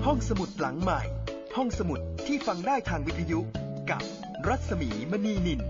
ห้องสมุดหลังใหม่ห้องสมุดที่ฟังได้ทางวิทยุกับรัศมีมณีนิน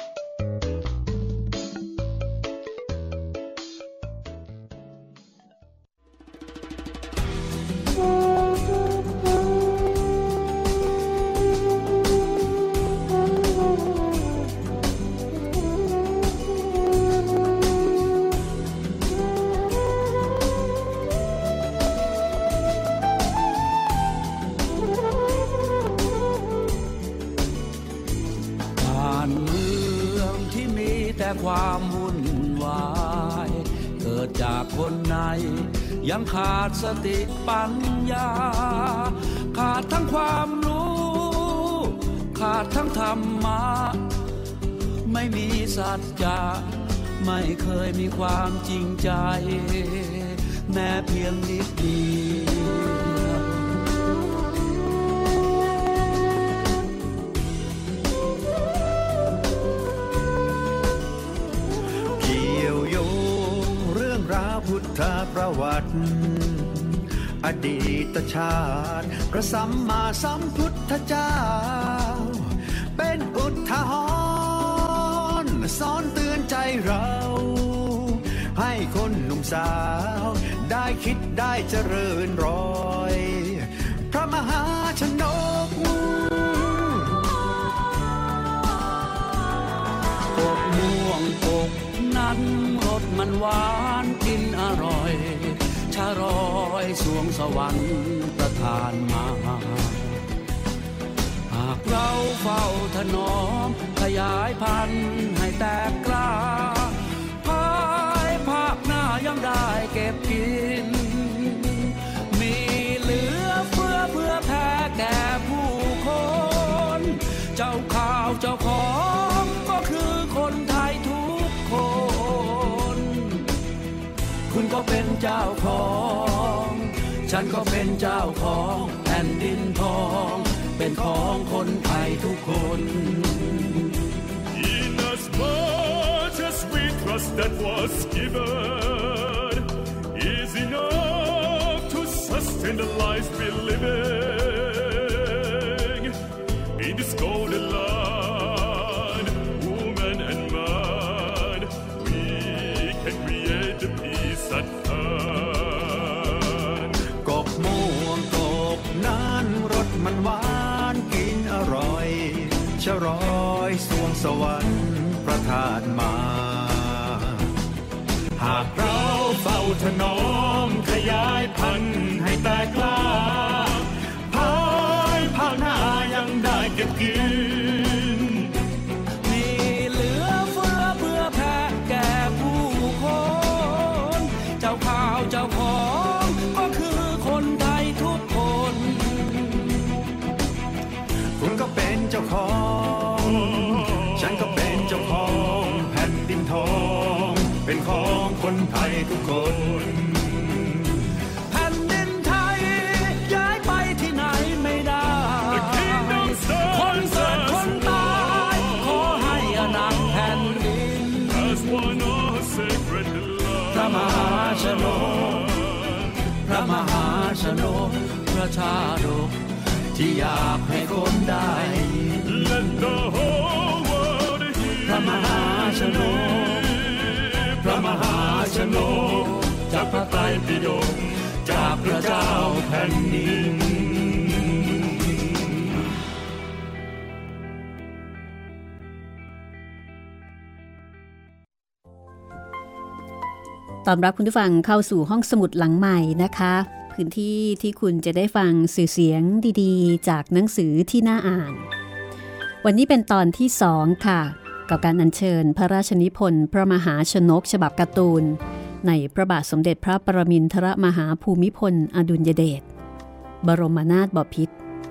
ความวุ่นวายเกิดจากคนในยังขาดสติปัญญาขาดทั้งความรู้ขาดทั้งธรรมะไม่มีสัจจะไม่เคยมีความจริงใจแม้เพียงนิดเดียวพุทธประวัติอดีตชาติพระสัมมาสัมพุทธเจ้าเป็นอุทาหรณ์สอนเตือนใจเราให้คนหนุ่มสาวได้คิดได้เจริญรอยพระมหาชนกอกม่วงอกนั้นรสมันหวานกินอร่อยชะรอยสวงสวรรค์ประทานมาหากเราเฝ้าถนอมขยายพันธุ์ให้แตกกล้าภายภาคหน้ายังได้เก็บกินมีเหลือเฟือเพื่อแผ่แก่ผู้คนเจ้าข่าวเจ้าของก็คือคนไทยทุกคนคุณก็เป็นเจ้าของฉันก็เป็นเจ้าของแผ่นดินทองเป็นของคนไทยทุกคน In as much as we trust that was given is enough to sustain the lives we living in this golden land woman and man we can create the peace that can กบม่วงกบนั้นรสมันหวานกินอร่อยชะรอยสวงสวรรค์ประทานมาหากเราเฝ้าถนอมขยายพันธุ์ให้แตกกล้าภายภาคหน้ายังได้เก็บกินมีเหลือเฟือเพื่อแผ่แก่ผู้คนเจ้าข่าวเจ้าของก็คือคนไทยทุกคนคุณก็เป็นเจ้าของฉันก็เป็นเจ้าของแผ่นดินทองเป็นของคนไทยทุกคนแผ่นดินไทยย้ายไปที่ไหนไม่ได้คนเกิดคนตายขอให้อนันต์แผ่นดินพระมหาชนกพระมหาชนกพระชาดกที่อยากให้คนได้พระมหาชนกพระมหาชนกจากพระไตรปิฎกจากพระเจ้าแผ่นดินต้อนรับคุณผู้ฟังเข้าสู่ห้องสมุดหลังใหม่นะคะพื้นที่ที่คุณจะได้ฟังสื่อเสียงดีๆจากหนังสือที่น่าอ่านวันนี้เป็นตอนที่2ค่ะกับการอัญเชิญพระราชนิพนธ์พระมหาชนกฉบับการ์ตูนในพระบาทสมเด็จพระปรมินทรมหาภูมิพลอดุลยเดชบรมนาถบพิตร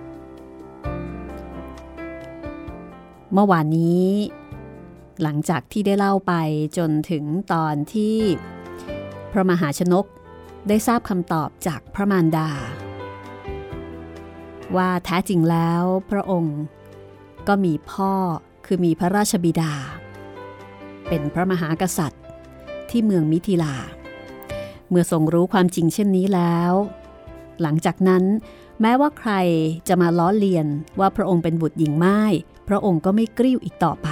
เมื่อวานนี้หลังจากที่ได้เล่าไปจนถึงตอนที่พระมหาชนกได้ทราบคำตอบจากพระมารดาว่าแท้จริงแล้วพระองค์ก็มีพ่อคือมีพระราชบิดาเป็นพระมหากษัตริย์ที่เมืองมิถิลาเมื่อทรงรู้ความจริงเช่นนี้แล้วหลังจากนั้นแม้ว่าใครจะมาล้อเลียนว่าพระองค์เป็นบุตรหญิงม่ายพระองค์ก็ไม่กริ้วอีกต่อไป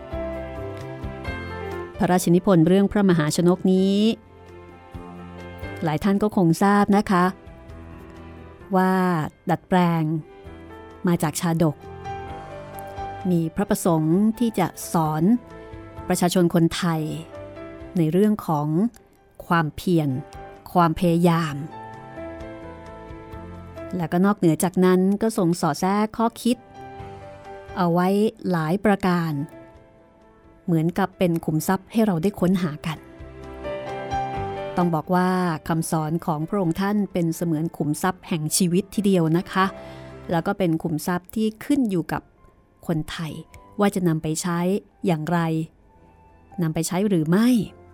พระราชนิพนธ์เรื่องพระมหาชนกนี้หลายท่านก็คงทราบนะคะว่าดัดแปลงมาจากชาดกมีพระประสงค์ที่จะสอนประชาชนคนไทยในเรื่องของความเพียรความพยายามและก็นอกเหนือจากนั้นก็ทรงสอดแทรกข้อคิดเอาไว้หลายประการเหมือนกับเป็นขุมทรัพย์ให้เราได้ค้นหากันต้องบอกว่าคำสอนของพระองค์ท่านเป็นเสมือนขุมทรัพย์แห่งชีวิตทีเดียวนะคะแล้วก็เป็นขุมทรัพย์ที่ขึ้นอยู่กับคนไทยว่าจะนำไปใช้อย่างไรนำไปใช้หรือไม่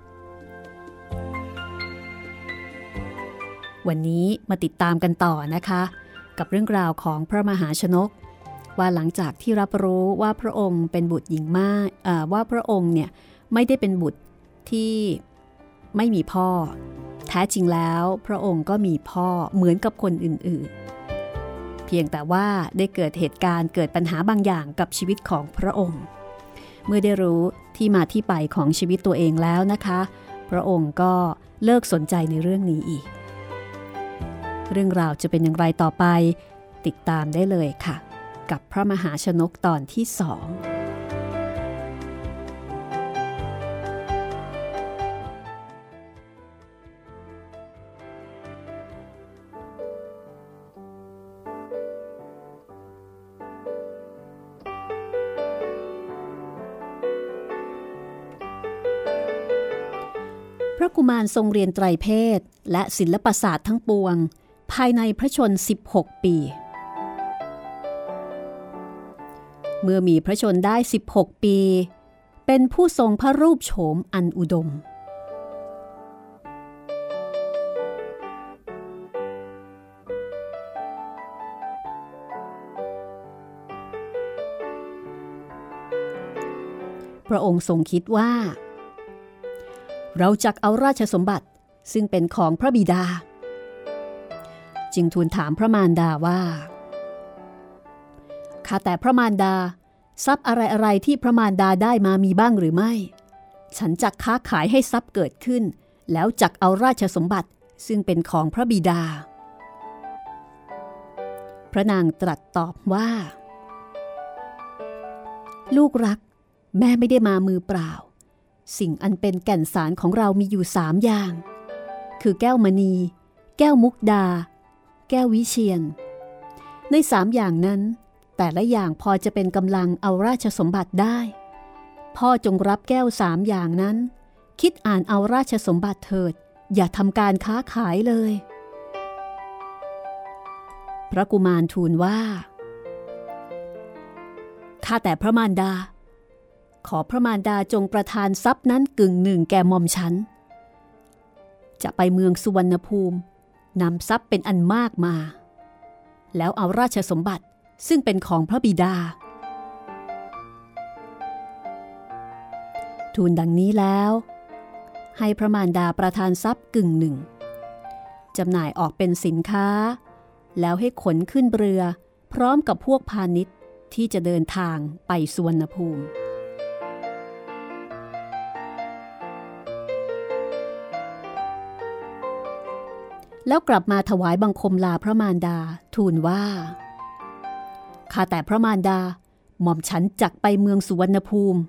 วันนี้มาติดตามกันต่อนะคะกับเรื่องราวของพระมหาชนกว่าหลังจากที่รับรู้ว่าพระองค์เป็นบุตรหญิงม่ายว่าพระองค์เนี่ยไม่ได้เป็นบุตรที่ไม่มีพ่อแท้จริงแล้วพระองค์ก็มีพ่อเหมือนกับคนอื่นๆเพียงแต่ว่าได้เกิดเหตุการณ์เกิดปัญหาบางอย่างกับชีวิตของพระองค์เมื่อได้รู้ที่มาที่ไปของชีวิตตัวเองแล้วนะคะพระองค์ก็เลิกสนใจในเรื่องนี้อีกเรื่องราวจะเป็นอย่างไรต่อไปติดตามได้เลยค่ะกับพระมหาชนกตอนที่2พระกุมารทรงเรียนไตรเพศและศิลปศาสตร์ทั้งปวงภายในพระชน16 ปีเมื่อมีพระชนได้16 ปีเป็นผู้ทรงพระรูปโฉมอันอุดมพระองค์ทรงคิดว่าเราจักเอาราชสมบัติซึ่งเป็นของพระบิดาจึงทูลถามพระมารดาว่าข้าแต่พระมารดาทรัพย์อะไรๆที่พระมารดาได้มามีบ้างหรือไม่ฉันจักค้าขายให้ทรัพย์เกิดขึ้นแล้วจักเอาราชสมบัติซึ่งเป็นของพระบิดาพระนางตรัสตอบว่าลูกรักแม่ไม่ได้มามือเปล่าสิ่งอันเป็นแก่นสารของเรามีอยู่3 อย่างคือแก้วมณีแก้วมุกดาแก้ววิเชียรใน3 อย่างนั้นแต่ละอย่างพอจะเป็นกำลังเอาราชสมบัติได้พ่อจงรับแก้ว3 อย่างนั้นคิดอ่านเอาราชสมบัติเถิดอย่าทำการค้าขายเลยพระกุมารทูลว่าข้าแต่พระมารดาขอพระมารดาจงประทานทรัพย์นั้น1/2แก่หม่อมฉันจะไปเมืองสุวรรณภูมินำทรัพย์เป็นอันมากมาแล้วเอาราชสมบัติซึ่งเป็นของพระบิดาทูลดังนี้แล้วให้พระมารดาประทานทรัพย์1/2จำหน่ายออกเป็นสินค้าแล้วให้ขนขึ้นเรือพร้อมกับพวกพาณิชย์ที่จะเดินทางไปสุวรรณภูมิแล้วกลับมาถวายบังคมลาพระมารดาทูลว่าข้าแต่พระมารดาหม่อมฉันจักไปเมืองสุวรรณภูมิ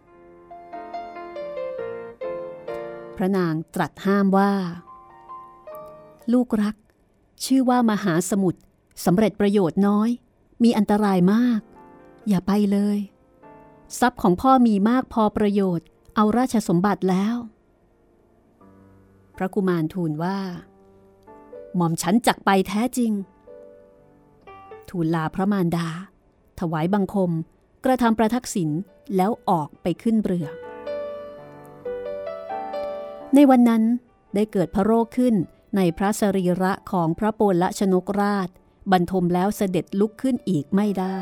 พระนางตรัสห้ามว่าลูกรักชื่อว่ามหาสมุทรสำเร็จประโยชน์น้อยมีอันตรายมากอย่าไปเลยทรัพย์ของพ่อมีมากพอประโยชน์เอาราชสมบัติแล้วพระกุมารทูลว่าหม่อมฉันจักไปแท้จริงทูลลาพระมารดาถวายบังคมกระทำประทักษิณแล้วออกไปขึ้นเรือในวันนั้นได้เกิดพระโรคขึ้นในพระสรีระของพระโปลชนกราชบรรทมแล้วเสด็จลุกขึ้นอีกไม่ได้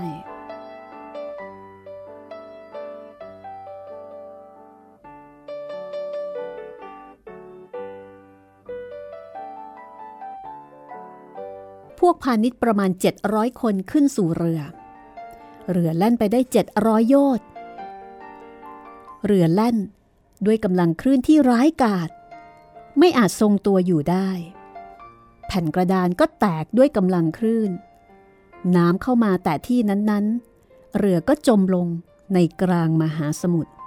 พวกพาณิชย์ประมาณ700คนขึ้นสู่เรือแล่นไปได้700โยชน์เรือแล่นด้วยกำลังคลื่นที่ร้ายกาจไม่อาจทรงตัวอยู่ได้แผ่นกระดานก็แตกด้วยกำลังคลื่นน้ำเข้ามาแต่ที่นั้นๆเรือก็จมลงในกลางมหาสมุทร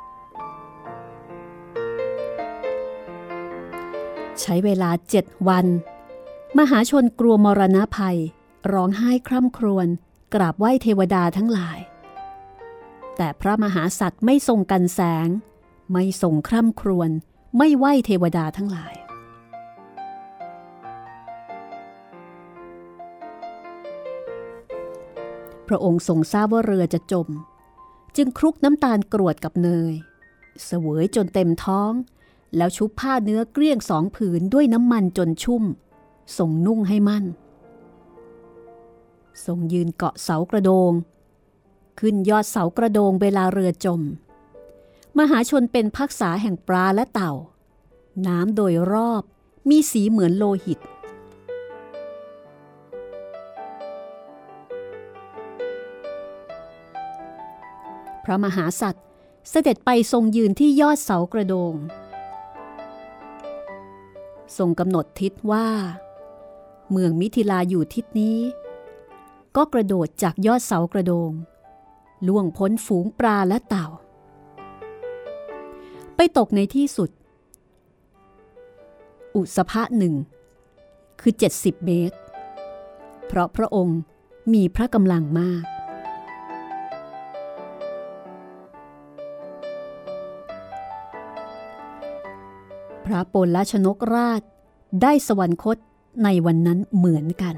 ใช้เวลา7 วันมหาชนกลัวมรณภัยร้องไห้คร่ำครวญกราบไหว้เทวดาทั้งหลายแต่พระมหาสัตว์ไม่ทรงกันแสงไม่ทรงคร่ำครวญไม่ไหว้เทวดาทั้งหลายพระองค์ทรงทราบว่าเรือจะจมจึงคลุกน้ำตาลกรวดกับเนยเสวยจนเต็มท้องแล้วชุบผ้าเนื้อเกลี้ยง2 ผืนด้วยน้ำมันจนชุ่มส่งนุ่งให้มั่นทรงยืนเกาะเสากระโดงขึ้นยอดเสากระโดงเวลาเรือจมมหาชนเป็นภักษาแห่งปลาและเต่าน้ำโดยรอบมีสีเหมือนโลหิตพระมหาสัตว์เสด็จไปทรงยืนที่ยอดเสากระโดงทรงกำหนดทิศว่าเมืองมิถิลาอยู่ทิศนี้ก็กระโดดจากยอดเสากระโดงล่วงพ้นฝูงปลาและเต่าไปตกในที่สุดอุสภะหนึ่งคือ70 เมตรเพราะพระองค์มีพระกำลังมากพระโปลชนกราชได้สวรรคตในวันนั้นเหมือนกัน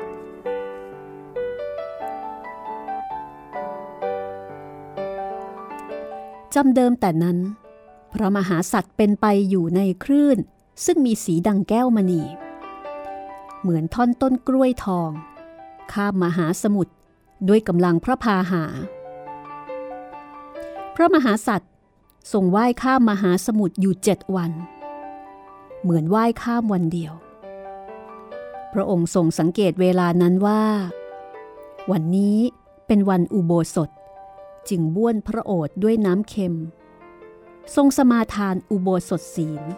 จำเดิมแต่นั้นพระมหาสัตว์เป็นไปอยู่ในคลื่นซึ่งมีสีดังแก้วมณีเหมือนท่อนต้นกล้วยทองข้ามมหาสมุทรด้วยกำลังพระพาหาพระมหาสัตว์ทรงว่ายข้ามมหาสมุทรอยู่7 วันเหมือนว่ายข้ามวันเดียวพระองค์ทรงสังเกตเวลานั้นว่าวันนี้เป็นวันอุโบสถจึงบ้วนพระโอษฐ์ด้วยน้ำเค็มทรงสมาทานอุโบสถศีล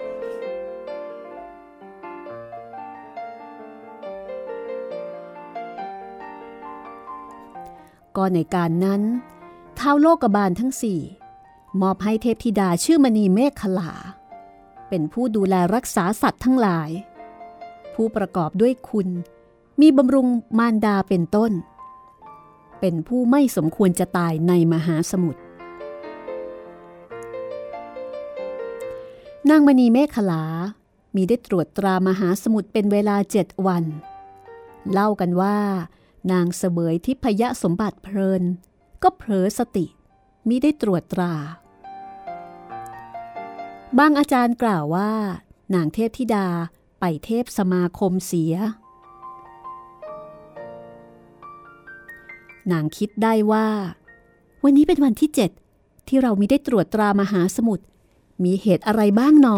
ก็ในการนั้นท้าวโลกบาลทั้ง4มอบให้เทพธิดาชื่อมณีเมขลาเป็นผู้ดูแลรักษาสัตว์ทั้งหลายผู้ประกอบด้วยคุณมีบำรุงมารดาเป็นต้นเป็นผู้ไม่สมควรจะตายในมหาสมุทรนางมณีเมขลามีได้ตรวจตรามหาสมุทรเป็นเวลา7 วันเล่ากันว่านางเสวยทิพยสมบัติเพลินก็เผลอสติมิได้ตรวจตราบางอาจารย์กล่าวว่านางเทพธิดาไปเทพสมาคมเสียนางคิดได้ว่าวันนี้เป็นวันที่7ที่เรามิได้ตรวจตรามหาสมุทรมีเหตุอะไรบ้างหนอ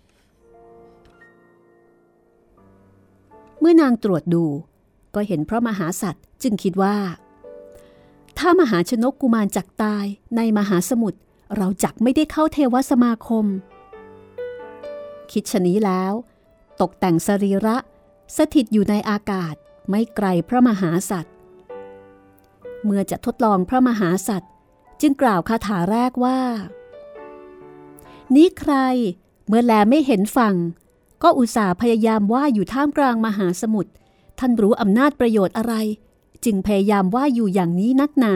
เมื่อนางตรวจดูก็เห็นพระมหาสัตว์จึงคิดว่าถ้ามหาชนกกุมารจักตายในมหาสมุทรเราจักไม่ได้เข้าเทวสมาคมคิดฉะนี้แล้วตกแต่งสรีระสถิตอยู่ในอากาศไม่ไกลพระมหาสัตว์เมื่อจะทดลองพระมหาสัตว์จึงกล่าวคาถาแรกว่านี้ใครเมื่อแลไม่เห็นฝั่งก็อุตส่าห์พยายามว่ายอยู่ท่ามกลางมหาสมุทรท่านรู้อำนาจประโยชน์อะไรจึงพยายามว่ายอยู่อย่างนี้นักหนา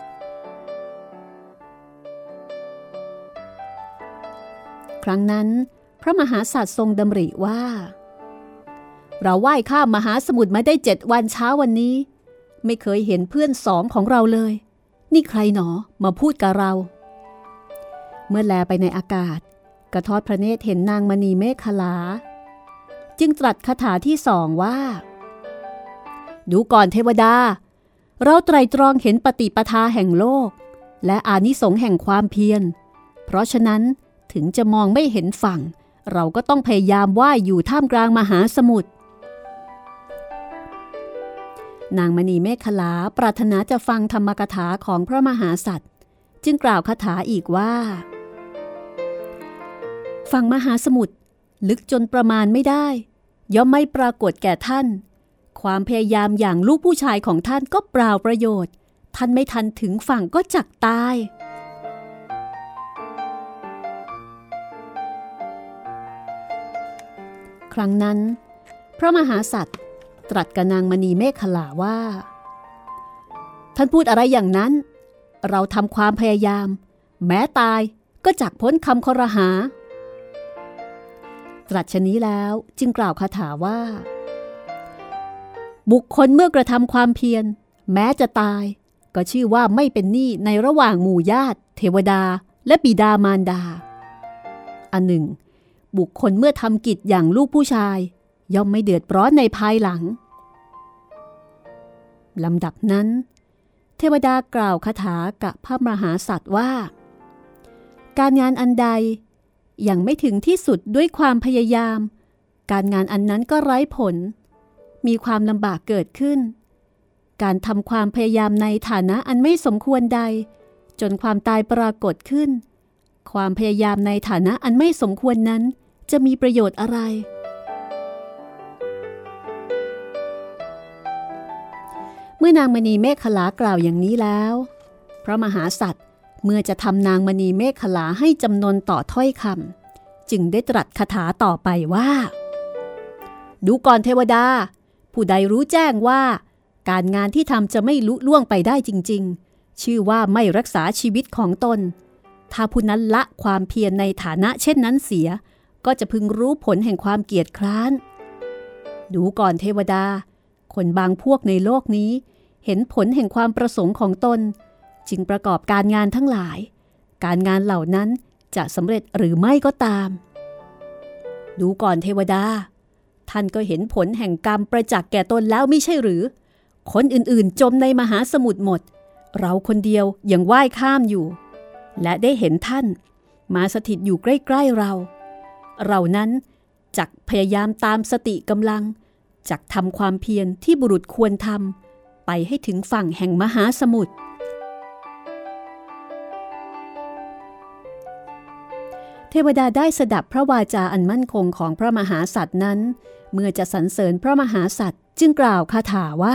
ครั้งนั้นพระมหาสัตว์ทรงดำริว่าเราว่ายข้ามมหาสมุทรมาได้7 วันเช้าวันนี้ไม่เคยเห็นเพื่อน2ของเราเลยนี่ใครหนอมาพูดกับเราเมื่อแลไปในอากาศกระทอดพระเนตรเห็นนางมณีเมขลาจึงตรัสคาถาที่2ว่าดูก่อนเทวดาเราไตรตรองเห็นปฏิปทาแห่งโลกและอานิสงส์แห่งความเพียรเพราะฉะนั้นถึงจะมองไม่เห็นฝั่งเราก็ต้องพยายามว่ายอยู่ท่ามกลางมหาสมุทรนางมณีเมขลาปรารถนาจะฟังธรรมกถาของพระมหาสัตว์จึงกล่าวคาถาอีกว่าฝั่งมหาสมุทรลึกจนประมาณไม่ได้ย่อมไม่ปรากฏแก่ท่านความพยายามอย่างลูกผู้ชายของท่านก็เปล่าประโยชน์ท่านไม่ทันถึงฝั่งก็จักตายครั้งนั้นพระมหาสัตว์ตรัสกับนางมณีเมขลาว่าท่านพูดอะไรอย่างนั้นเราทำความพยายามแม้ตายก็จักพ้นคำครหาตรัสชนี้แล้วจึงกล่าวคาถาว่าบุคคลเมื่อกระทำความเพียรแม้จะตายก็ชื่อว่าไม่เป็นหนี้ในระหว่างหมู่ญาติเทวดาและบิดามารดาอันหนึ่งบุคคลเมื่อทำกิจอย่างลูกผู้ชายย่อมไม่เดือดร้อนในภายหลังลำดับนั้นเทวดากล่าวคาถากับพระมหาสัตว์ว่าการงานอันใดยังไม่ถึงที่สุดด้วยความพยายามการงานอันนั้นก็ไร้ผลมีความลำบากเกิดขึ้นการทำความพยายามในฐานะอันไม่สมควรใดจนความตายปรากฏขึ้นความพยายามในฐานะอันไม่สมควรนั้นจะมีประโยชน์อะไรเมื่อนางมณีเมขลากล่าวอย่างนี้แล้วพระมหาสัตว์เมื่อจะทำนางมณีเมขลาให้จำนนต่อถ้อยคำจึงได้ตรัสคาถาต่อไปว่าดูก่อนเทวดาผู้ใดรู้แจ้งว่าการงานที่ทำจะไม่ลุล่วงไปได้จริงๆชื่อว่าไม่รักษาชีวิตของตนถ้าผู้นั้นละความเพียรในฐานะเช่นนั้นเสียก็จะพึงรู้ผลแห่งความเกียจคร้านดูก่อนเทวดาคนบางพวกในโลกนี้เห็นผลแห่งความประสงค์ของตนจึงประกอบการงานทั้งหลายการงานเหล่านั้นจะสำเร็จหรือไม่ก็ตามดูก่อนเทวดาท่านก็เห็นผลแห่งกรรมประจักษ์แก่ตนแล้วไม่ใช่หรือคนอื่นๆจมในมหาสมุทรหมดเราคนเดียวยังว่ายข้ามอยู่และได้เห็นท่านมาสถิตอยู่ใกล้ๆเรานั้นจักพยายามตามสติกำลังจักทำความเพียรที่บุรุษควรทำไปให้ถึงฝั่งแห่งมหาสมุทรเทวดาได้สดับพระวาจาอันมั่นคงของพระมหาสัตว์นั้นเมื่อจะสรรเสริญพระมหาสัตว์จึงกล่าวคาถาว่า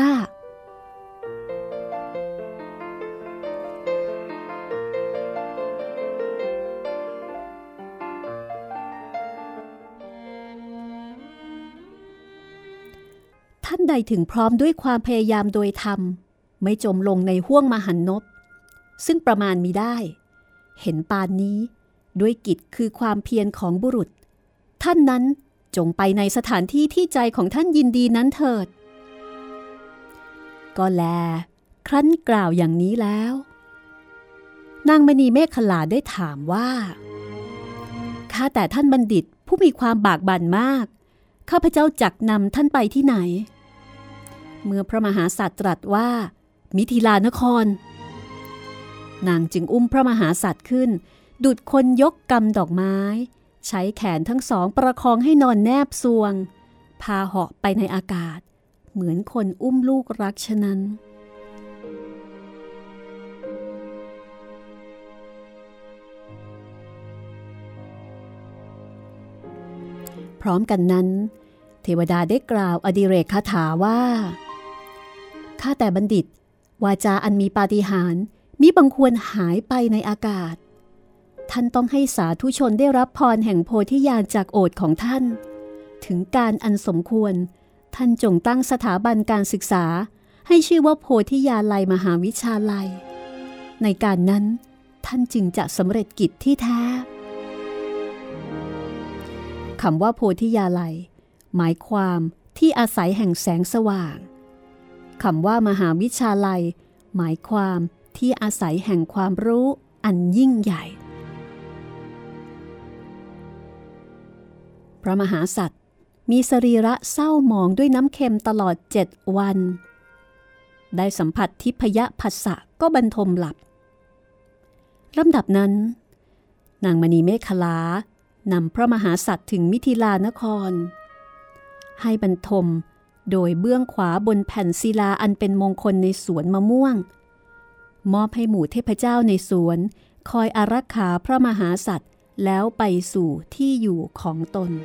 ท่านใดถึงพร้อมด้วยความพยายามโดยธรรมไม่จมลงในห้วงมหันนบซึ่งประมาณมิได้เห็นปานนี้ด้วยกิจคือความเพียรของบุรุษท่านนั้นจงไปในสถานที่ที่ใจของท่านยินดีนั้นเถิดก็แลครั้นกล่าวอย่างนี้แล้วนางมณีเมขลาได้ถามว่าข้าแต่ท่านบัณฑิตผู้มีความบากบั่นมากข้าพเจ้าจักนำท่านไปที่ไหนเมื่อพระมหาสัตว์ตรัสว่ามิถิลานครนางจึงอุ้มพระมหาสัตว์ขึ้นดุจคนยกกำดอกไม้ใช้แขนทั้งสองประคองให้นอนแนบซวงพาเหาะไปในอากาศเหมือนคนอุ้มลูกรักฉะนั้นพร้อมกันนั้นเทวดาได้กล่าวอดิเรกคาถาว่าข้าแต่บัณฑิตวาจาอันมีปาฏิหาริย์มิบังควรหายไปในอากาศท่านต้องให้สาธุชนได้รับพรแห่งโพธิญาณจากโอษฐ์ของท่านถึงการอันสมควรท่านจงตั้งสถาบันการศึกษาให้ชื่อว่าโพธิญาลัยมหาวิชาลัยในการนั้นท่านจึงจะสำเร็จกิจที่แท้คำว่าโพธิญาลัยหมายความที่อาศัยแห่งแสงสว่างคำว่ามหาวิชาลัยหมายความที่อาศัยแห่งความรู้อันยิ่งใหญ่พระมหาสัตว์มีสรีระเศร้าหมองด้วยน้ำเค็มตลอด7 วันได้สัมผัสทิพยผัสสะก็บรรทมหลับลำดับนั้นนางมณีเมขลานำพระมหาสัตว์ถึงมิถิลานครให้บรรทมโดยเบื้องขวาบนแผ่นศิลาอันเป็นมงคลในสวนมะม่วงมอบให้หมู่เทพเจ้าในสวนคอยอารักขาพระมหาสัตว์แล้วไปสู่ที่อยู่ของตน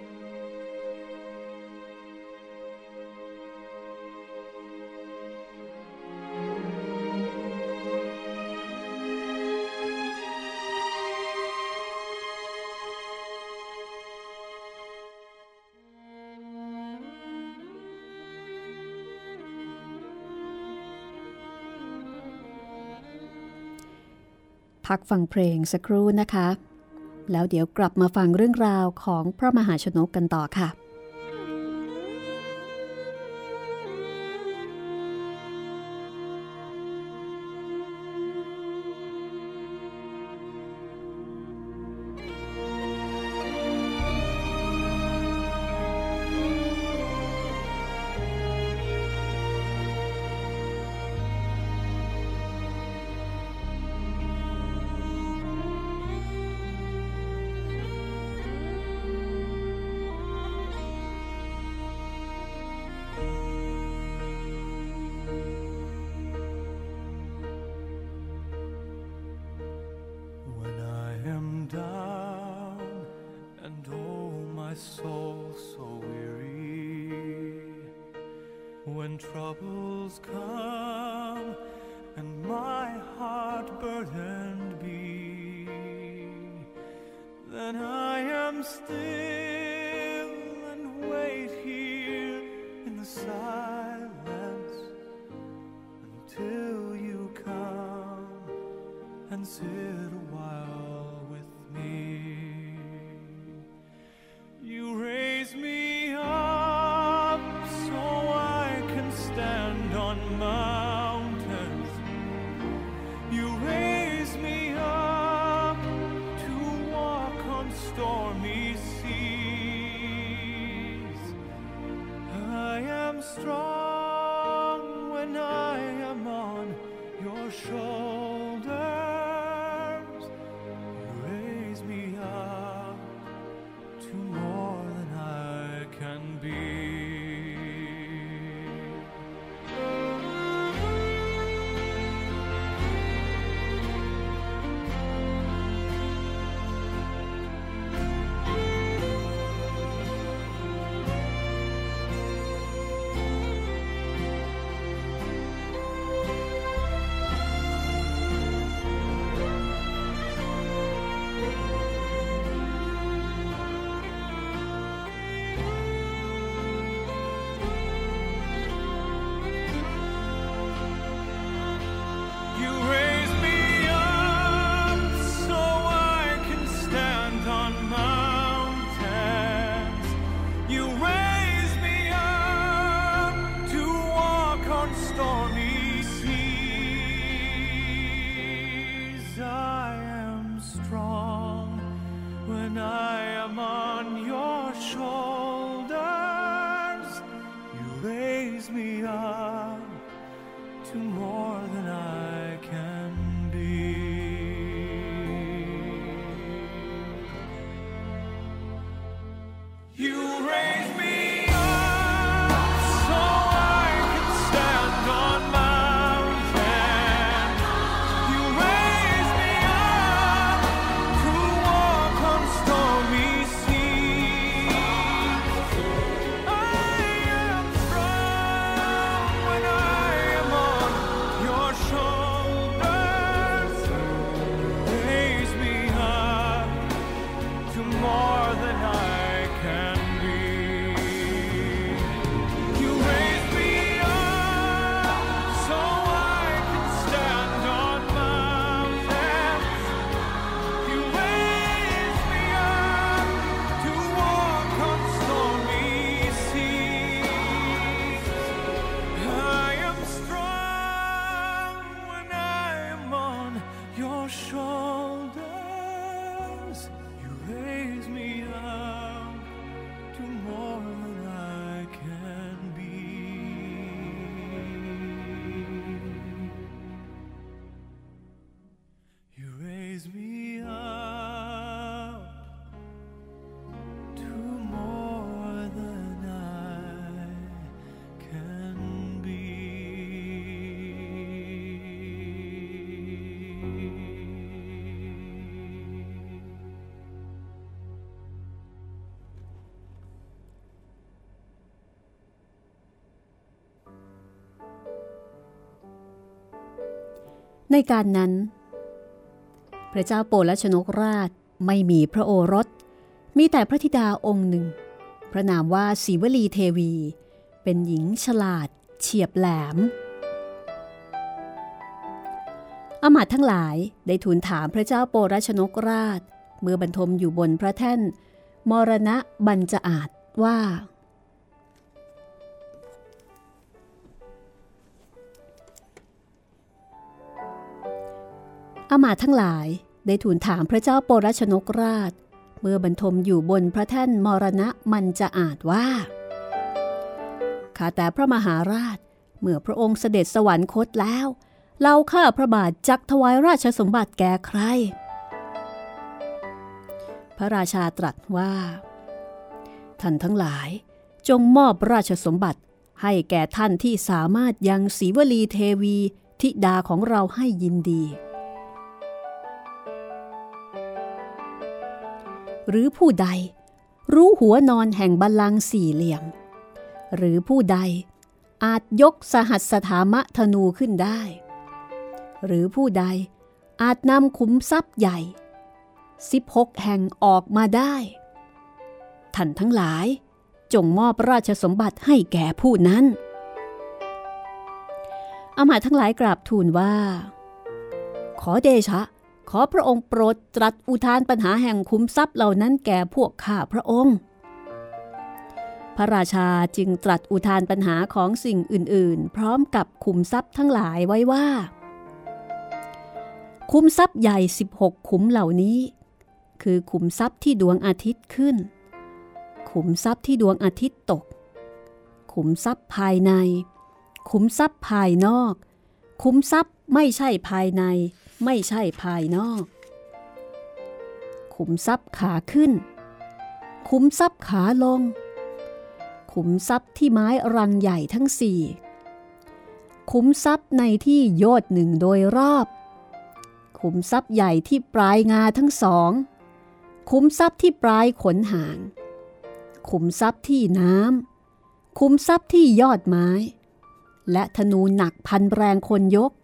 พักฟังเพลงสักครู่นะคะแล้วเดี๋ยวกลับมาฟังเรื่องราวของพระมหาชนกกันต่อค่ะ Troubles come and my heart burdened be, then I am still and wait here in the silence until you come and sit a while with me. You raise me up so I can stand on mountains. You raise me up to walk on stormy seas. I am strong when I am on your shoulders. You raise me up to more than I can be. Shoulder ในการนั้นพระเจ้าโปลชนกราชไม่มีพระโอรสมีแต่พระธิดาองค์หนึ่งพระนามว่าศรีวลีเทวีเป็นหญิงฉลาดเฉียบแหลมอมาตย์ทั้งหลายได้ทูลถามพระเจ้าโปลชนกราชเมื่อบรรทมอยู่บนพระแท่นมรณะบัญจอาจว่าอมาตย์ทั้งหลายได้ทูลถามพระเจ้าโปลชนกราชเมื่อบรรทมอยู่บนพระแท่นมรณะบัญจอาจว่าข้าแต่พระมหาราชเมื่อพระองค์เสด็จสวรรคตแล้วเราข้าพระบาทจักถวายราชสมบัติแก่ใครพระราชาตรัสว่าท่านทั้งหลายจงมอบราชสมบัติให้แก่ท่านที่สามารถยังศรีวลีเทวีธิดาของเราให้ยินดีหรือผู้ใดรู้หัวนอนแห่งบัลลังก์สี่เหลี่ยมหรือผู้ใดอาจยกสหัสถามธนูขึ้นได้หรือผู้ใดอาจนำขุมทรัพย์ใหญ่16แห่งออกมาได้ท่านทั้งหลายจงมอบราชสมบัติให้แก่ผู้นั้นอมาตย์ทั้งหลายกราบทูลว่าขอเดชะขอพระองค์โปรดตรัสอุทานปัญหาแห่งขุมทรัพย์เหล่านั้นแก่พวกข้าพระองค์พระราชาจึงตรัสอุทานปัญหาของสิ่งอื่นๆพร้อมกับขุมทรัพย์ทั้งหลายไว้ว่าขุมทรัพย์ใหญ่16ขุมเหล่านี้คือขุมทรัพย์ที่ดวงอาทิตย์ขึ้นขุมทรัพย์ที่ดวงอาทิตย์ตกขุมทรัพย์ภายในขุมทรัพย์ภายนอกขุมทรัพย์ไม่ใช่ภายในไม่ใช่ภายนอกขุมทรัพย์ขาขึ้นขุมทรัพย์ขาลงขุมทรัพย์ที่ไม้รังใหญ่ทั้งสี่ขุมทรัพย์ในที่โยชน์หนึ่งโดยรอบขุมทรัพย์ใหญ่ที่ปลายงาทั้งสองขุมทรัพย์ที่ปลายขนหางขุมทรัพย์ที่น้ำขุมทรัพย์ที่ยอดไม้และธนูหนักพันแรงคนยก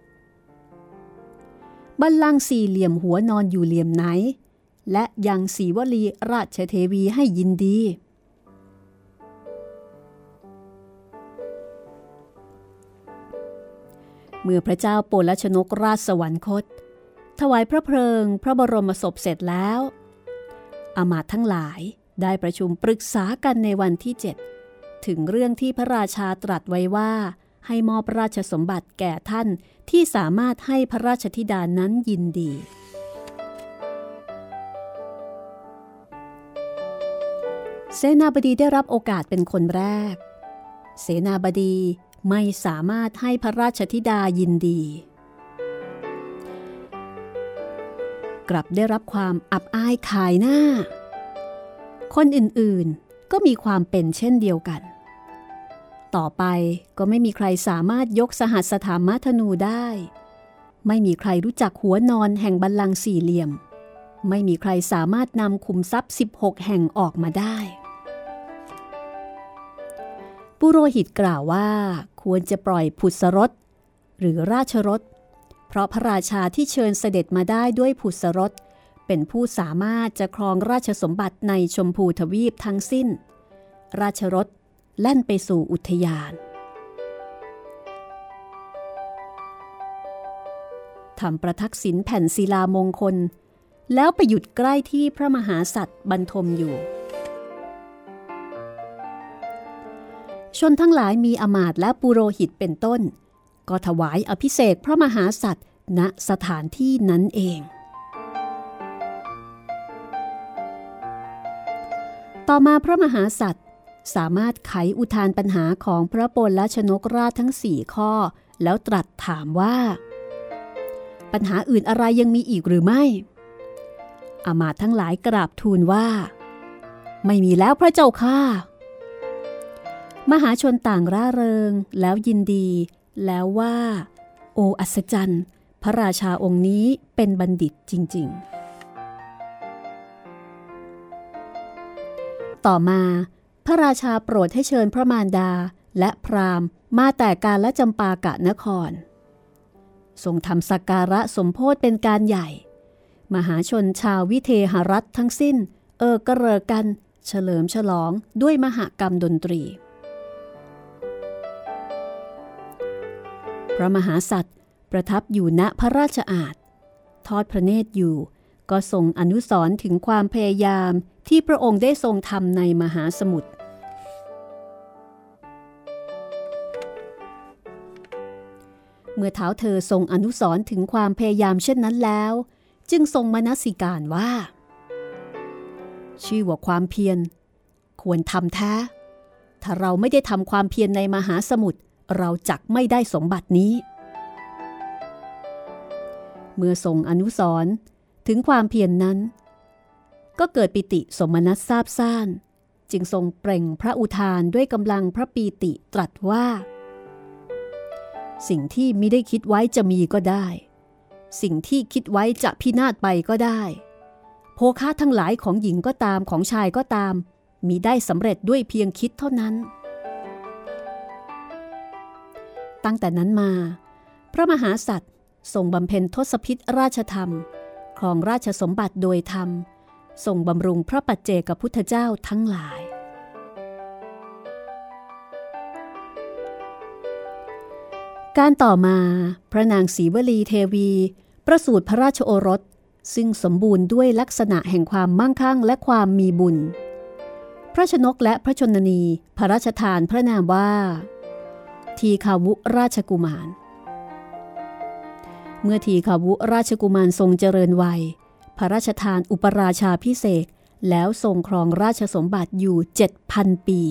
บัลลังก์สี่เหลี่ยมหัวนอนอยู่เหลี่ยมไหนและยังศรีวลีราชเทวีให้ยินดีเมื่อพระเจ้าโปลชนกราชสวรรคตถวายพระเพลิงพระบรมศพเสร็จแล้วอมาตย์ทั้งหลายได้ประชุมปรึกษากันในวันที่7ถึงเรื่องที่พระราชาตรัสไว้ว่าให้มอบราชสมบัติแก่ท่านที่สามารถให้พระราชธิดานั้นยินดีเสนาบดีได้รับโอกาสเป็นคนแรกเสนาบดีไม่สามารถให้พระราชธิดายินดีกลับได้รับความอับอายขายหน้าคนอื่นๆก็มีความเป็นเช่นเดียวกันต่อไปก็ไม่มีใครสามารถยกสหัสถามธนูได้ไม่มีใครรู้จักหัวนอนแห่งบัลลังก์สี่เหลี่ยมไม่มีใครสามารถนำขุมทรัพย์16แห่งออกมาได้ปุโรหิตกล่าวว่าควรจะปล่อยผุสรสหรือราชรสเพราะพระราชาที่เชิญเสด็จมาได้ด้วยผุสรสเป็นผู้สามารถจะครองราชสมบัติในชมพูทวีปทั้งสิ้นราชรสแล่นไปสู่อุทยานทำประทักษิณแผ่นศิลามงคลแล้วไปหยุดใกล้ที่พระมหาสัตว์บรรทมอยู่ชนทั้งหลายมีอมาตย์และปุโรหิตเป็นต้นก็ถวายอภิเษกพระมหาสัตว์ณสถานที่นั้นเองต่อมาพระมหาสัตว์สามารถไขอุทานปัญหาของพระโปลชนกราชทั้ง4ข้อแล้วตรัสถามว่าปัญหาอื่นอะไรยังมีอีกหรือไม่อมาตย์ทั้งหลายกราบทูลว่าไม่มีแล้วพระเจ้าค่ะมหาชนต่างร่าเริงแล้วยินดีแล้วว่าโอ้อัศจรรย์พระราชาองค์นี้เป็นบัณฑิตจริงๆต่อมาพระราชาโปรดให้เชิญพระมารดาและพราหมณ์มาแต่กาลจำปากะนครทรงทำสักการะสมโภชเป็นการใหญ่มหาชนชาววิเทหรัฐทั้งสิ้นกระเริกกันเฉลิมฉลองด้วยมหกรรมดนตรีพระมหาสัตว์ประทับอยู่ณพระราชอาณทอดพระเนตรอยู่ก็ทรงอนุสรณ์ถึงความพยายามที่พระองค์ได้ทรงทำในมหาสมุทรเมื่อเท้าเธอทรงอนุสรณ์ถึงความพยายามเช่นนั้นแล้วจึงทรงมนสิการว่าชื่อว่าความเพียรควรทำแท้ถ้าเราไม่ได้ทำความเพียรในมหาสมุทรเราจักไม่ได้สมบัตินี้เมื่อทรงอนุสรณ์ถึงความเพียรนั้นก็เกิดปิติสมนัสซาบซ่านจึงทรงเปล่งพระอุทานด้วยกำลังพระปีติตรัสว่าสิ่งที่มิได้คิดไว้จะมีก็ได้สิ่งที่คิดไว้จะพินาศไปก็ได้โภคะทั้งหลายของหญิงก็ตามของชายก็ตามมิได้สำเร็จด้วยเพียงคิดเท่านั้นตั้งแต่นั้นมาพระมหาสัตว์ทรงบำเพ็ญทศพิธราชธรรมครองราชสมบัติโดยธรรมทรงบำรุงพระปัจเจกพุทธเจ้าทั้งหลายการต่อมาพระนางศรีวลีเทวีประสูติพระราชโอรสซึ่งสมบูรณ์ด้วยลักษณะแห่งความมั่งคั่งและความมีบุญพระชนกและพระชนนีพระราชทานพระนามว่าทีฆาวุราชกุมารเมื่อทีฆาวุราชกุมารทรงเจริญวัยพระราชทานอุปราชาภิเษกแล้วทรงครองราชสมบัติอยู่ 7,000 ปี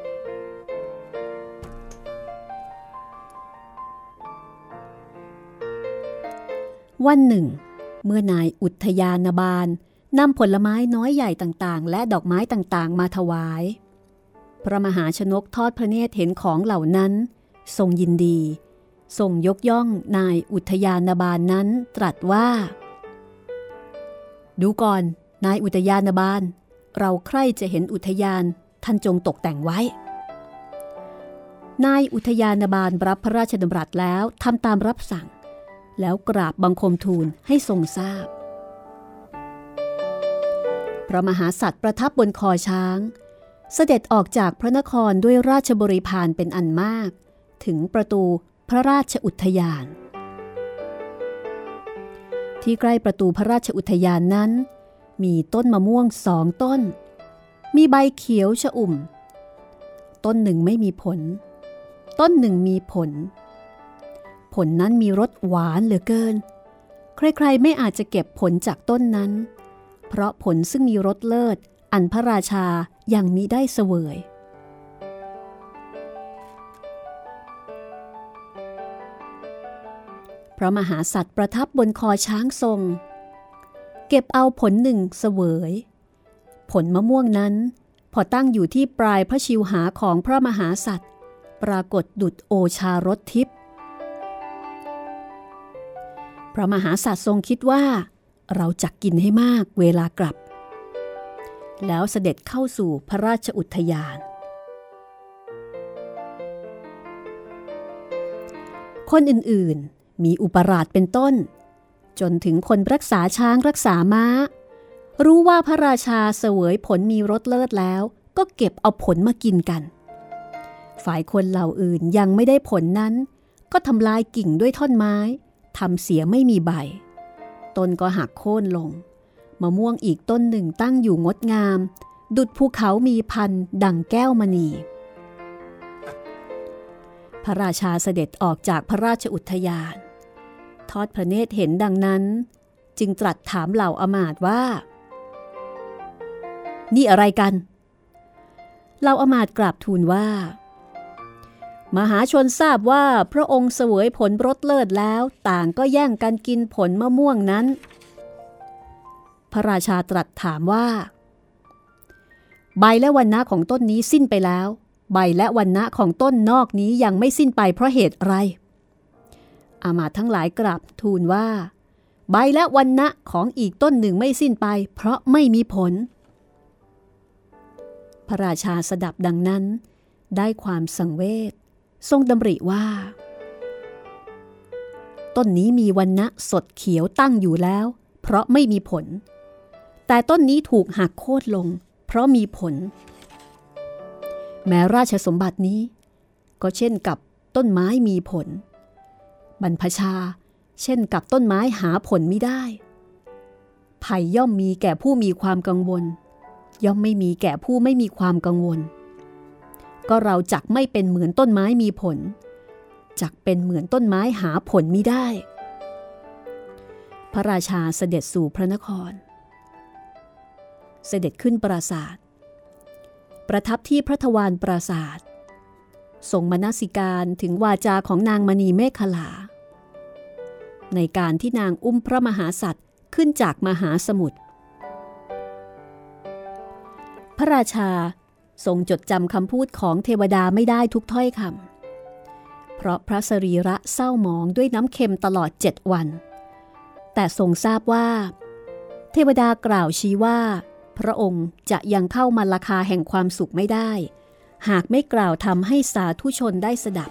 วันหนึ่งเมื่อนายอุทยานบาลนำผลไม้น้อยใหญ่ต่างๆและดอกไม้ต่างๆมาถวายพระมหาชนกทอดพระเนตรเห็นของเหล่านั้นทรงยินดีทรงยกย่องนายอุทยานบาลนั้นตรัสว่าดูก่อนนายอุทยานบาลเราใคร่จะเห็นอุทยานท่านจงตกแต่งไว้นายอุทยานบาลรับพระราชดำรัสแล้วทำตามรับสั่งแล้วกราบบังคมทูลให้ทรงทราบพระมหาสัตว์ประทับบนคอช้างเสด็จออกจากพระนครด้วยราชบริพารเป็นอันมากถึงประตูพระราชอุทยานที่ใกล้ประตูพระราชอุทยานนั้นมีต้นมะม่วง2 ต้นมีใบเขียวชอุ่มต้นหนึ่งไม่มีผลต้นหนึ่งมีผลผลนั้นมีรสหวานเหลือเกินใครๆไม่อาจจะเก็บผลจากต้นนั้นเพราะผลซึ่งมีรสเลิศอันพระราชายังมิได้เสวยพระมหาสัตว์ประทับบนคอช้างทรงเก็บเอาผลหนึ่งเสวยผลมะม่วงนั้นพอตั้งอยู่ที่ปลายพระชิวหาของพระมหาสัตว์ปรากฏดุจโอชารสทิพย์พระมหาสัตว์ทรงคิดว่าเราจักกินให้มากเวลากลับแล้วเสด็จเข้าสู่พระราชอุทยานคนอื่นๆมีอุปราชเป็นต้นจนถึงคนรักษาช้างรักษาม้ารู้ว่าพระราชาเสวยผลมีรสเลิศแล้วก็เก็บเอาผลมากินกันฝ่ายคนเหล่าอื่นยังไม่ได้ผลนั้นก็ทำลายกิ่งด้วยท่อนไม้ทำเสียไม่มีใบต้นก็หักโค่นลงมะม่วงอีกต้นหนึ่งตั้งอยู่งดงามดุจภูเขามีพันดั่งแก้วมณีพระราชาเสด็จออกจากพระราชอุทยานทอดพระเนตรเห็นดังนั้นจึงตรัสถามเหล่าอมาตย์ว่านี่อะไรกันเหล่าอมาตย์กราบทูลว่ามหาชนทราบว่าพระองค์เสวยผลรสเลิศแล้วต่างก็แย่งกันกินผลมะม่วงนั้นพระราชาตรัสถามว่าใบและวรรณะของต้นนี้สิ้นไปแล้วใบและวรรณะของต้นนอกนี้ยังไม่สิ้นไปเพราะเหตุอะไรอามาตย์ทั้งหลายกราบทูลว่าใบและวรรณะของอีกต้นหนึ่งไม่สิ้นไปเพราะไม่มีผลพระราชาสดับดังนั้นได้ความสังเวชทรงดำริว่าต้นนี้มีวรรณะสดเขียวตั้งอยู่แล้วเพราะไม่มีผลแต่ต้นนี้ถูกหักโค่นลงเพราะมีผลแม้ราชสมบัตินี้ก็เช่นกับต้นไม้มีผลบรรพชาเช่นกับต้นไม้หาผลไม่ได้ภัยย่อมมีแก่ผู้มีความกังวลย่อมไม่มีแก่ผู้ไม่มีความกังวลก็เราจักไม่เป็นเหมือนต้นไม้มีผลจักเป็นเหมือนต้นไม้หาผลไม่ได้พระราชาเสด็จสู่พระนครเสด็จขึ้นปราสาทประทับที่พระทวารปราสาททรงมนสิการถึงวาจาของนางมณีเมขลาในการที่นางอุ้มพระมหาสัตว์ขึ้นจากมหาสมุทรพระราชาทรงจดจำคำพูดของเทวดาไม่ได้ทุกถ้อยคำเพราะพระสรีระเศร้าหมองด้วยน้ำเค็มตลอด7 วันแต่ทรงทราบว่าเทวดากล่าวชี้ว่าพระองค์จะยังเข้ามาราคาแห่งความสุขไม่ได้หากไม่กล่าวทำให้สาธุชนได้สดับ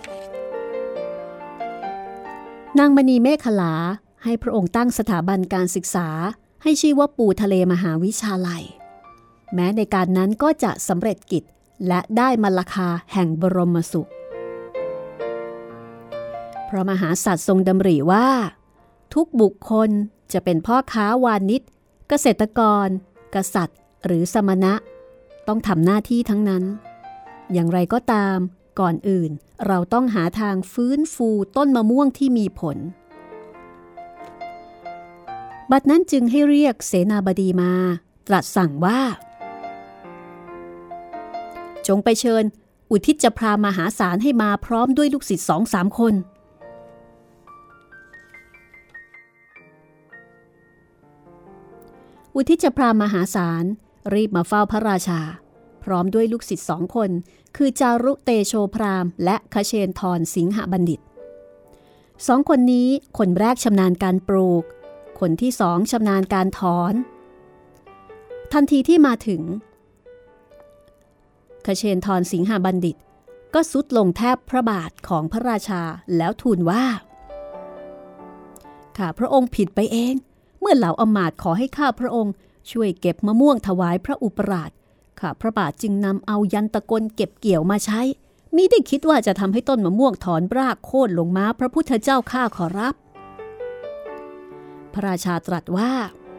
นางมณีเมขลาให้พระองค์ตั้งสถาบันการศึกษาให้ชื่อว่าปูทะเลมหาวิชาลัยแม้ในการนั้นก็จะสำเร็จกิจและได้มรคาแห่งบรมสุขพระมหาสัตว์ทรงดำริว่าทุกบุคคลจะเป็นพ่อค้าวานิชเกษตรกรกษัตริย์หรือสมณะต้องทำหน้าที่ทั้งนั้นอย่างไรก็ตามก่อนอื่นเราต้องหาทางฟื้นฟูต้นมะม่วงที่มีผลบัดนั้นจึงให้เรียกเสนาบดีมาตรัสสั่งว่าจงไปเชิญอุทิศพราหมณ์มหาศาลให้มาพร้อมด้วยลูกศิษย์ 2-3 คนอุทิศพราหมณ์มหาศาลรีบมาเฝ้าพระราชาพร้อมด้วยลูกศิษย์2 คนคือจารุเตโชพราหมณ์และคเชนทรสิงหบัณฑิต2 คนนี้คนแรกชำนาญการปลูกคนที่2ชำนาญการถอนทันทีที่มาถึงคเชนทรสิงหบัณฑิตก็ทรุดลงแทบพระบาทของพระราชาแล้วทูลว่าข้าพระองค์ผิดไปเองเมื่อเหล่าอมาตย์ขอให้ข้าพระองค์ช่วยเก็บมะม่วงถวายพระอุปราชข้าพระบาทจึงนำเอายันตะกลเก็บเกี่ยวมาใช้มิได้คิดว่าจะทำให้ต้นมะม่วงถอนรากโค่นลงมาพระพุทธเจ้าข้าขอรับพระราชาตรัสว่า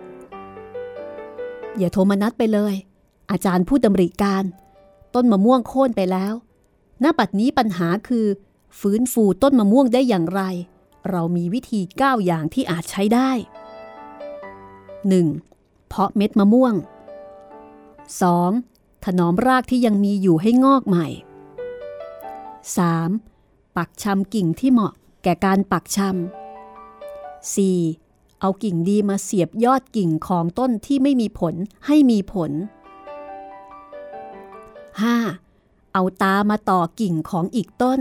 อย่าโทมนัสไปเลยอาจารย์ผู้ดำริการต้นมะม่วงโค่นไปแล้วณ บัดนี้ปัญหาคือฟื้นฟูต้นมะม่วงได้อย่างไรเรามีวิธี9 อย่างที่อาจใช้ได้ 1. เพาะเม็ดมะม่วง 2. ถนอมรากที่ยังมีอยู่ให้งอกใหม่ 3. ปักชำกิ่งที่เหมาะแก่การปักชำ 4. เอากิ่งดีมาเสียบยอดกิ่งของต้นที่ไม่มีผลให้มีผล 5. เอาตามาต่อกิ่งของอีกต้น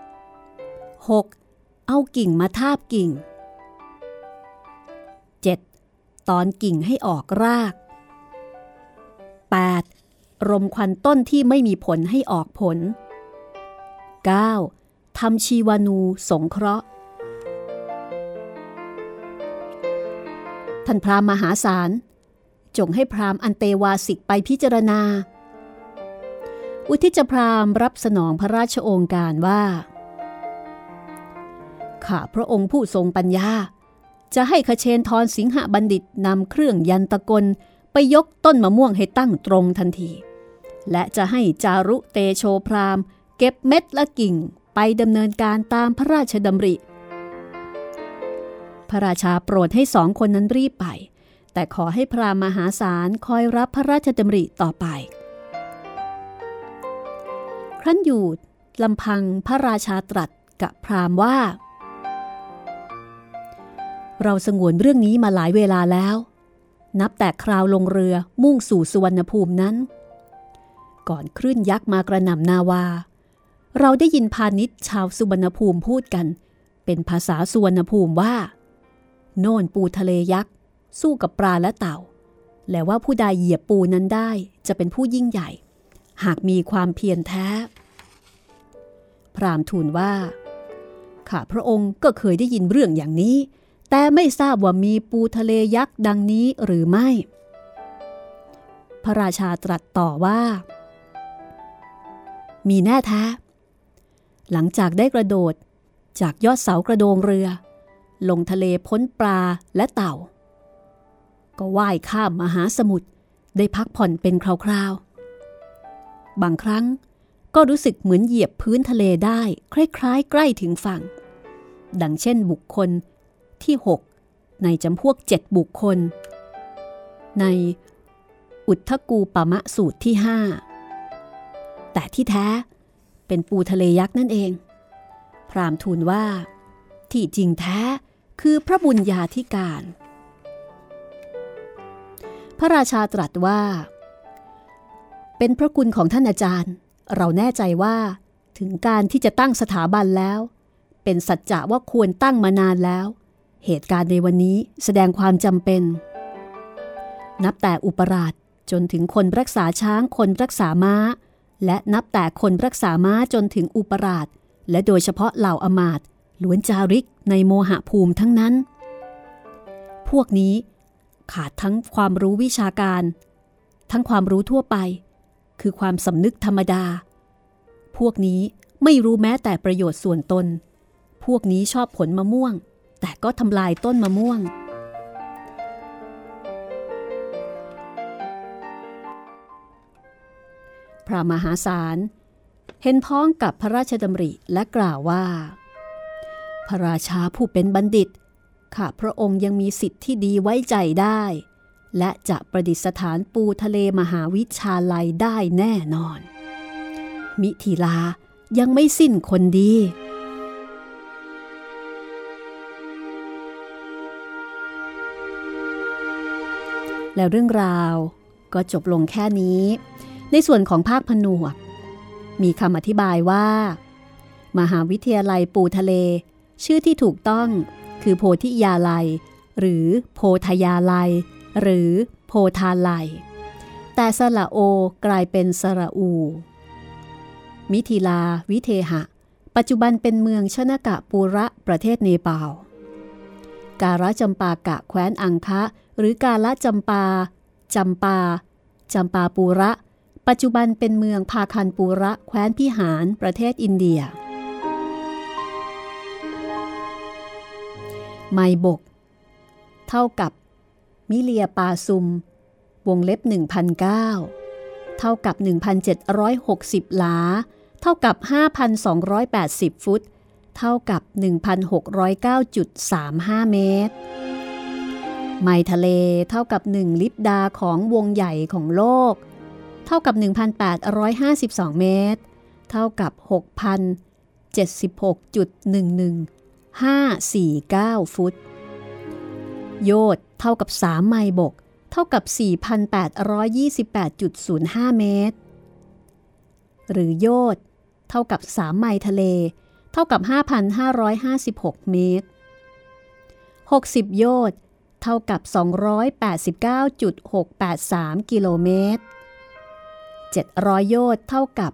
6. เอากิ่งมาทาบกิ่ง 7. ตอนกิ่งให้ออกราก 8. รมควันต้นที่ไม่มีผลให้ออกผล 9. ทำชีวานูสงเคราะห์ท่านพราหมณ์มหาศาลจงให้พราหมณ์อันเตวาสิกไปพิจารณาอุทิศพราหมณ์รับสนองพระราชโองการว่าข้าพระองค์ผู้ทรงปัญญาจะให้คเชนทรสิงหบัณฑิตนำเครื่องยันตะกลไปยกต้นมะม่วงให้ตั้งตรงทันทีและจะให้จารุเตโชพราหมณ์เก็บเม็ดและกิ่งไปดำเนินการตามพระราชดำริพระราชาโปรดให้2 คนนั้นรีบไปแต่ขอให้พราหมณ์มหาศาลคอยรับพระราชดำริต่อไปครั้นอยู่ลำพังพระราชาตรัสกับพราหมณ์ว่าเราสงวนเรื่องนี้มาหลายเวลาแล้วนับแต่คราวลงเรือมุ่งสู่สุวรรณภูมินั้นก่อนคลื่นยักษ์มากระหน่ำนาวาเราได้ยินพาณิชย์ชาวสุวรรณภูมิพูดกันเป็นภาษาสุวรรณภูมิว่าโน่นปูทะเลยักษ์สู้กับปลาและเต่าและว่าผู้ใดเหยียบปูนั้นได้จะเป็นผู้ยิ่งใหญ่หากมีความเพียรแท้พราหมณ์ทูลว่าข้าพระองค์ก็เคยได้ยินเรื่องอย่างนี้แต่ไม่ทราบว่ามีปูทะเลยักษ์ดังนี้หรือไม่พระราชาตรัสต่อว่ามีแน่แท้หลังจากได้กระโดดจากยอดเสากระโดงเรือลงทะเลพ้นปลาและเต่าก็ว่ายข้ามมหาสมุทรได้พักผ่อนเป็นคราวๆบางครั้งก็รู้สึกเหมือนเหยียบพื้นทะเลได้คล้ายๆใกล้ถึงฝั่งดังเช่นบุคคลที่6ในจำพวก7บุคคลในอุทธกูปมะสูตรที่5แต่ที่แท้เป็นปูทะเลยักษ์นั่นเองพราหมณ์ทูลว่าที่จริงแท้คือพระบุญญาธิการพระราชาตรัสว่าเป็นพระคุณของท่านอาจารย์เราแน่ใจว่าถึงการที่จะตั้งสถาบันแล้วเป็นสัจจะว่าควรตั้งมานานแล้วเหตุการณ์ในวันนี้แสดงความจำเป็นนับแต่อุปราชจนถึงคนรักษาช้างคนรักษาม้าและนับแต่คนรักษาม้าจนถึงอุปราชและโดยเฉพาะเหล่าอมาตย์ล้วนจาริกในโมหภูมิทั้งนั้นพวกนี้ขาดทั้งความรู้วิชาการทั้งความรู้ทั่วไปคือความสำนึกธรรมดาพวกนี้ไม่รู้แม้แต่ประโยชน์ส่วนตนพวกนี้ชอบผลมะม่วงแต่ก็ทำลายต้นมะม่วงพระมหาศาลเห็นพ้องกับพระราชดำริและกล่าวว่าพระราชาผู้เป็นบัณฑิตข้าพระองค์ยังมีสิทธิ์ที่ดีไว้ใจได้และจะประดิษฐานปูทะเลมหาวิชาลัยได้แน่นอนมิถิลายังไม่สิ้นคนดีแล้วเรื่องราวก็จบลงแค่นี้ในส่วนของภาคผนวกมีคำอธิบายว่ามหาวิทยาลัยปูทะเลชื่อที่ถูกต้องคือโพธิยาลัยหรือโพธยาลัยหรือโพธาลัยแต่สระโอกลายเป็นสระอูมิถิลาวิเทหะปัจจุบันเป็นเมืองชนกะปูระประเทศเนปาลการะจำปากะแคว้นอังคะหรือกาละจำปาปูระปัจจุบันเป็นเมืองพาคันปูระแคว้นพิหารประเทศอินเดียไมบกเท่ากับมิเลียปาซุมวงเล็บ 1,009 เท่ากับ 1,760 หลาเท่ากับ 5,280 ฟุตเท่ากับ 1,609.35 เมตรไมล์ทะเลเท่ากับ1ลิปดาของวงใหญ่ของโลกเท่ากับ 1,852 เมตรเท่ากับ 6,076.11549 ฟุตโยชน์เท่ากับ3ไมล์บกเท่ากับ 4,828.05 เมตรหรือโยชน์เท่ากับ3ไมล์ทะเลเท่ากับ 5,556 เมตร60โยชน์เท่ากับ 289.683 กิโลเมตร700โยชน์เท่ากับ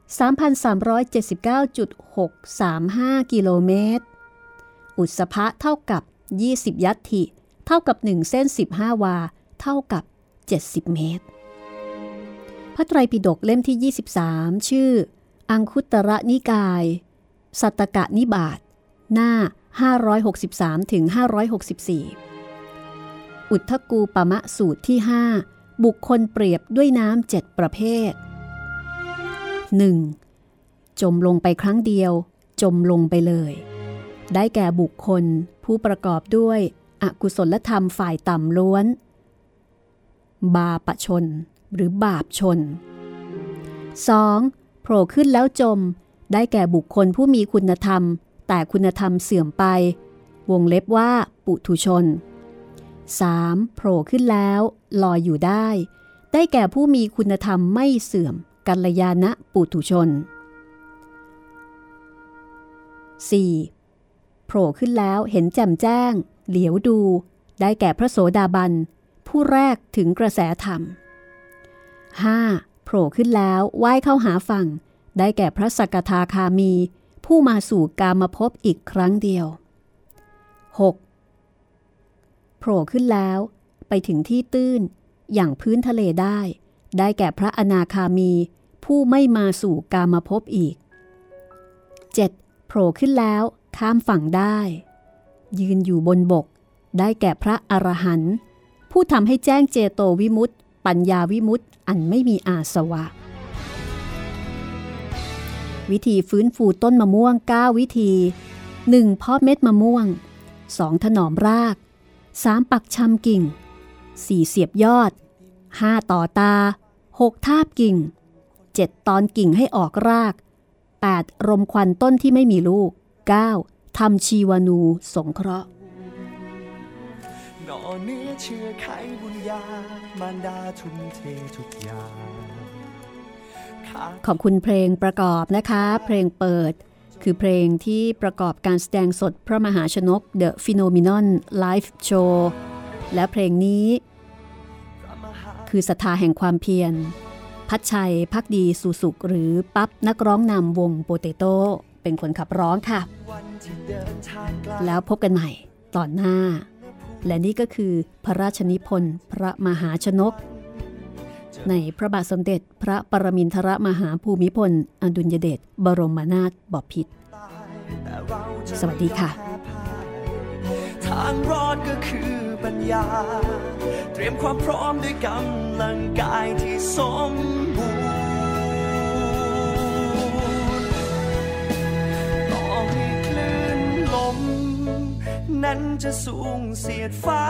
3,379.635 กิโลเมตรอุษภะเท่ากับ20ยัตถิเท่ากับ1เส้น15วาเท่ากับ70เมตรพระไตรปิฎกเล่มที่23ชื่ออังคุตรนิกายสัตตกนิบาตหน้า563ถึง564อุทธกูปมะสูตรที่5บุคคลเปรียบด้วยน้ำ7ประเภท 1. จมลงไปครั้งเดียวจมลงไปเลยได้แก่บุคคลผู้ประกอบด้วยอกุศลธรรมฝ่ายต่ำล้วนบาปชนหรือบาปชน 2. โผล่ขึ้นแล้วจมได้แก่บุคคลผู้มีคุณธรรมแต่คุณธรรมเสื่อมไปวงเล็บว่าปุถุชน 3. โผล่ขึ้นแล้วลอยอยู่ได้แก่ผู้มีคุณธรรมไม่เสื่อมกัลยาณปุถุชน 4. โผล่ขึ้นแล้วเห็นแจ่มแจ้งเหลียวดูได้แก่พระโสดาบันผู้แรกถึงกระแสธรรม 5. โผล่ขึ้นแล้วว่ายเข้าหาฝั่งได้แก่พระสกทาคามีผู้มาสู่กามภพอีกครั้งเดียว 6. โผล่ขึ้นแล้วไปถึงที่ตื้นอย่างพื้นทะเลได้แก่พระอนาคามีผู้ไม่มาสู่กามภพอีก 7. โผล่ขึ้นแล้วข้ามฝั่งได้ยืนอยู่บนบกได้แก่พระอรหันต์ผู้ทำให้แจ้งเจโตวิมุตติปัญญาวิมุตติอันไม่มีอาสวะวิธีฟื้นฟูต้นมะม่วง9วิธี 1. เพาะเม็ดมะม่วง 2. ถนอมราก 3. ปักชำกิ่ง 4. เสียบยอด 5. ต่อตา 6. ทาบกิ่ง 7. ตอนกิ่งให้ออกราก 8. รมควันต้นที่ไม่มีลูก 9. ทำชีวานูสงเคราะห์หน่อเนื้อเชื่อไขบุญญามารดาทุ่มเททุกอย่างขอบคุณเพลงประกอบนะคะเพลงเปิดคือเพลงที่ประกอบการแสดงสดพระมหาชนก The Phenomenon Live Show และเพลงนี้คือศรัทธาแห่งความเพียรพัชชัยภักดีสุสุขหรือปั๊บนักร้องนำวงโปเตโต้เป็นคนขับร้องค่ะแล้วพบกันใหม่ตอนหน้าและนี่ก็คือพระราชนิพนธ์พระมหาชนกในพระบาทสมเด็จพระปรมินทรมหาภูมิพลอดุลยเดชบรมนาถบพิตรสวัสดีค่ะทางรอดก็คือปัญญาเตรียมความพร้อมด้วยกำลังกายที่สมบูรณ์ต่อให้คลื่นลมนั้นจะสูงเสียดฟ้า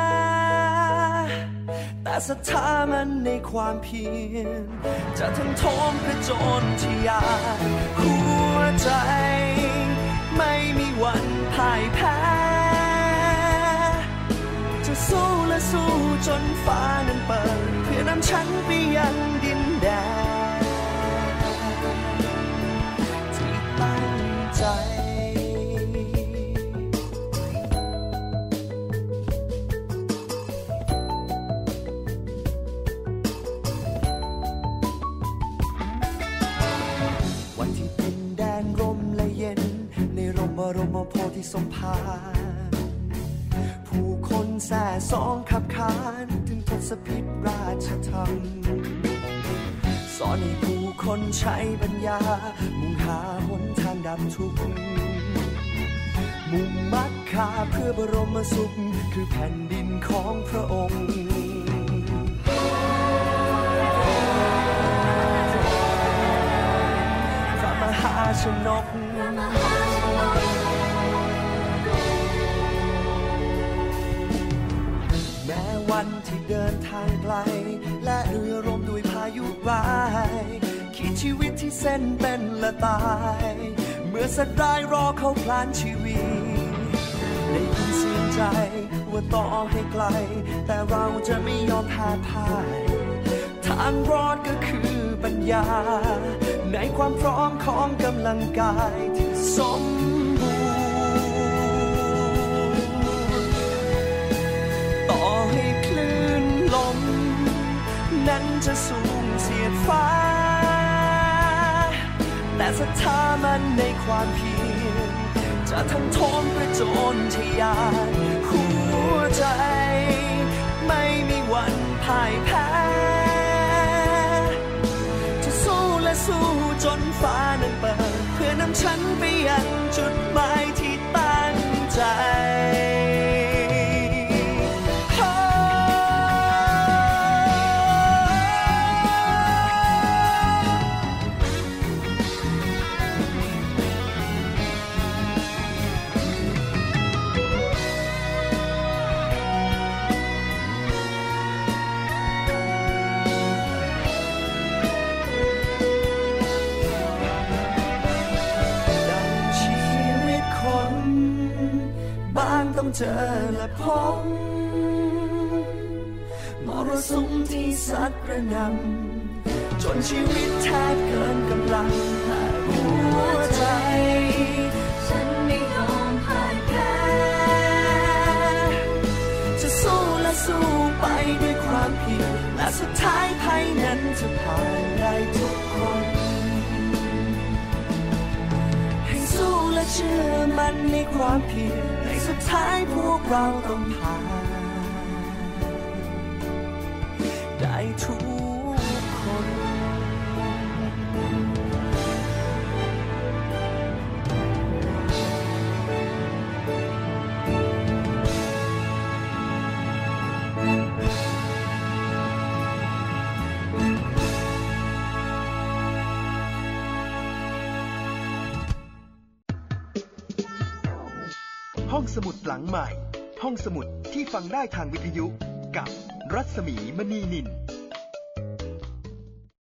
แต่ศรัทธามันในความเพียรจะทั้งท้องกระโจนทะยานหัวใจไม่มีวันพ่ายแพ้จะสู้และสู้จนฟ้านั้นเปิดเพื่อนำฉันไปยังดินแดนที่ตั้งใจบรมโพธิสมภารผู้คนแส่สองขับขานถึงทศพิธราชธรรมสอนให้ผู้คนใช้ปัญญามุ่งหาหนทางดับทุกข์มุ่งมัดคาเพื่อบรมสุขคือแผ่นดินของพระองค์พระมหาชนกแม้วันที่เดินทางไกลและเรือร่มด้วยพายุร้ายขีดชีวิตที่เส้นเป็นและตายเมื่อสัตว์ร้ายรอเขาพลานชีวิตได้ยินเสียงใจว่าต่อให้ไกลแต่เราจะไม่ยอมแพ้พ่ายทางรอดก็คือปัญญาในความพร้อมของกำลังกายที่สมบูรณ์ต่อให้คลื่นลมนั้นจะสูงเสียดฟ้าแต่ศรัทธามันในความเพียรจะทั้งท้องกระโจนทะยานหัวใจไม่มีวันพ่ายแพ้สู้จนฟ้านั้นเปิดเพื่อนำฉันไปยังจุดหมายที่ตั้งใจต้องเจอและพบมรสุมที่ซัดกระหน่ำจนชีวิตแทบเกินกำลังหัวใจฉันไม่ยอมพ่ายแพ้จะสู้และสู้ไปด้วยความเพียรและสุดท้ายภัยนั้นจะผ่านได้ทุกคนให้เชื่อมันในความผิดในสุดท้ายพวกเราต้องผ่านได้ทุกคนห้องสมุดหลังใหม่ห้องสมุดที่ฟังได้ทางวิทยุกับรัศมีมณีนิน